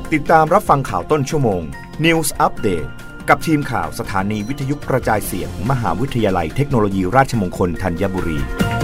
ติดตามรับฟังข่าวต้นชั่วโมง News Update กับทีมข่าวสถานีวิทยุกระจายเสียง มหาวิทยาลัยเทคโนโลยีราชมงคลธัญบุรี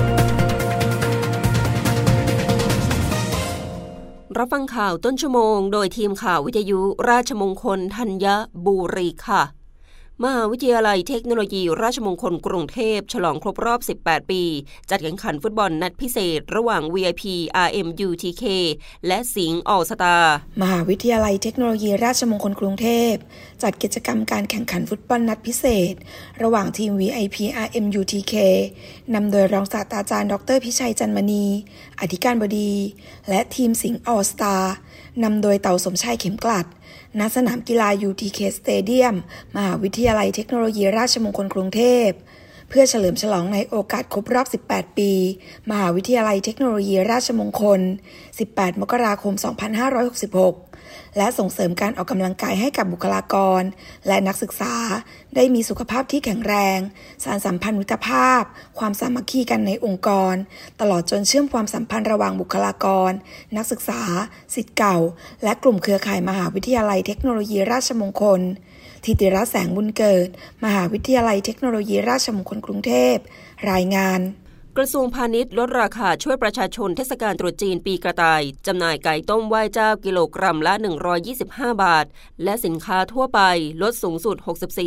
รับฟังข่าวต้นชั่วโมงโดยทีมข่าววิทยุราชมงคลธัญบุรีค่ะมหาวิทยาลัยเทคโนโลยีราชมงคลกรุงเทพฉลองครบรอบ18ปีจัดแข่งขันฟุตบอลนัดพิเศษระหว่าง VIP RMUTK และสิงห์ออลสตาร์มหาวิทยาลัยเทคโนโลยีราชมงคลกรุงเทพจัดกิจกรรมการแข่งขันฟุตบอลนัดพิเศษระหว่างทีม VIP RMUTK นำโดยรองศาสตราจารย์ดร.พิชัยจันมณีอธิการบดีและทีมสิงห์ออลสตาร์นำโดยเต่าสมชายเข็มกลัดณสนามกีฬา UTK Stadium มหาวิทยาลัยเทคโนโลยีราชมงคลกรุงเทพเพื่อเฉลิมฉลองในโอกาสครบรอบ18ปีมหาวิทยาลัยเทคโนโลยีราชมงคล18มกราคม2566และส่งเสริมการออกกำลังกายให้กับบุคลากรและนักศึกษาได้มีสุขภาพที่แข็งแรงสานสัมพันธ์มิตรภาพความสามัคคีกันในองค์กรตลอดจนเชื่อมความสัมพันธ์ระหว่างบุคลากรนักศึกษาศิษย์เก่าและกลุ่มเครือข่ายมหาวิทยาลัยเทคโนโลยีราชมงคลธิติรัตน์แสงบุญเกิดมหาวิทยาลัยเทคโนโลยีราชมงคลกรุงเทพรายงานกระทรวงพาณิชย์ลดราคาช่วยประชาชนเทศกาลตรุษจีนปีกระต่ายจำหน่ายไก่ต้มไหว้เจ้ากิโลกรัมละ125 บาทและสินค้าทั่วไปลดสูงสุด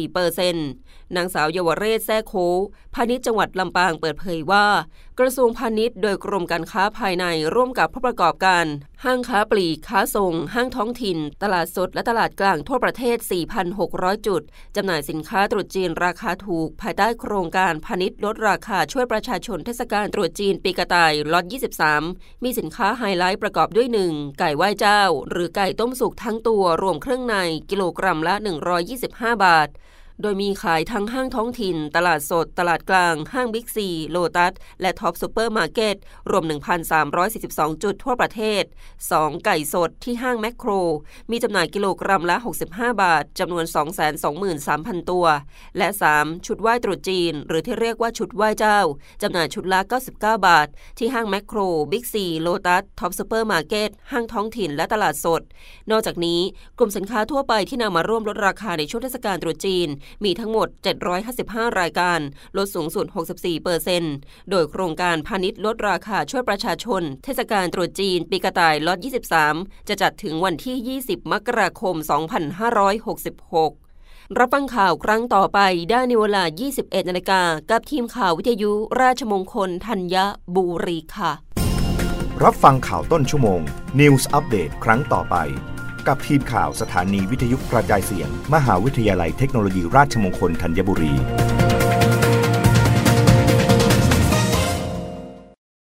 64% นางสาวเยาวเรศแซ่โคพาณิชย์จังหวัดลำปางเปิดเผยว่ากระทรวงพาณิชย์โดยกรมการค้าภายในร่วมกับผู้ประกอบการห้างค้าปลีกค้าส่งห้างท้องถิ่นตลาดสดและตลาดกลางทั่วประเทศ 4,600 จุดจำหน่ายสินค้าตรุษจีนราคาถูกภายใต้โครงการพาณิชย์ลดราคาช่วยประชาชนเทศกาลตรุษจีนปีกระต่ายล็อต23มีสินค้าไฮไลท์ประกอบด้วย 1. ไก่ไหว้เจ้าหรือไก่ต้มสุกทั้งตัวรวมเครื่องในกิโลกรัมละ125 บาทโดยมีขายทั้งห้างท้องถิ่นตลาดสดตลาดกลางห้างบิ๊กซีโลตัสและท็อปซูเปอร์มาร์เก็ตรวม 1,342 จุดทั่วประเทศ 2. ไก่สดที่ห้างแมคโครมีจำหน่ายกิโลกรัมละ65 บาทจำนวน 223,000 ตัวและ 3. ชุดไหว้ตรุษจีนหรือที่เรียกว่าชุดไหว้เจ้าจำหน่ายชุดละ99 บาทที่ห้างแมคโครบิ๊กซีโลตัสท็อปซูเปอร์มาร์เก็ตห้างท้องถิ่นและตลาดสดนอกจากนี้กลุ่มสินค้าทั่วไปที่นำมาร่วมลดราคาในช่วงเทศกาลตรุษจีนมีทั้งหมด755รายการลดสูงสุด 64% โดยโครงการพาณิชย์ลดราคาช่วยประชาชนเทศกาลตรุษจีนปีกระต่ายล็อต23จะจัดถึงวันที่20มกราคม2566รับฟังข่าวครั้งต่อไปได้ในเวลา 21 นาฬิกากับทีมข่าววิทยุราชมงคลธัญบุรีค่ะรับฟังข่าวต้นชั่วโมง News Update ครั้งต่อไปกับทีมข่าวสถานีวิทยุกระจายเสียง มหาวิทยาลัยเทคโนโลยีราชมงคลธัญบุรี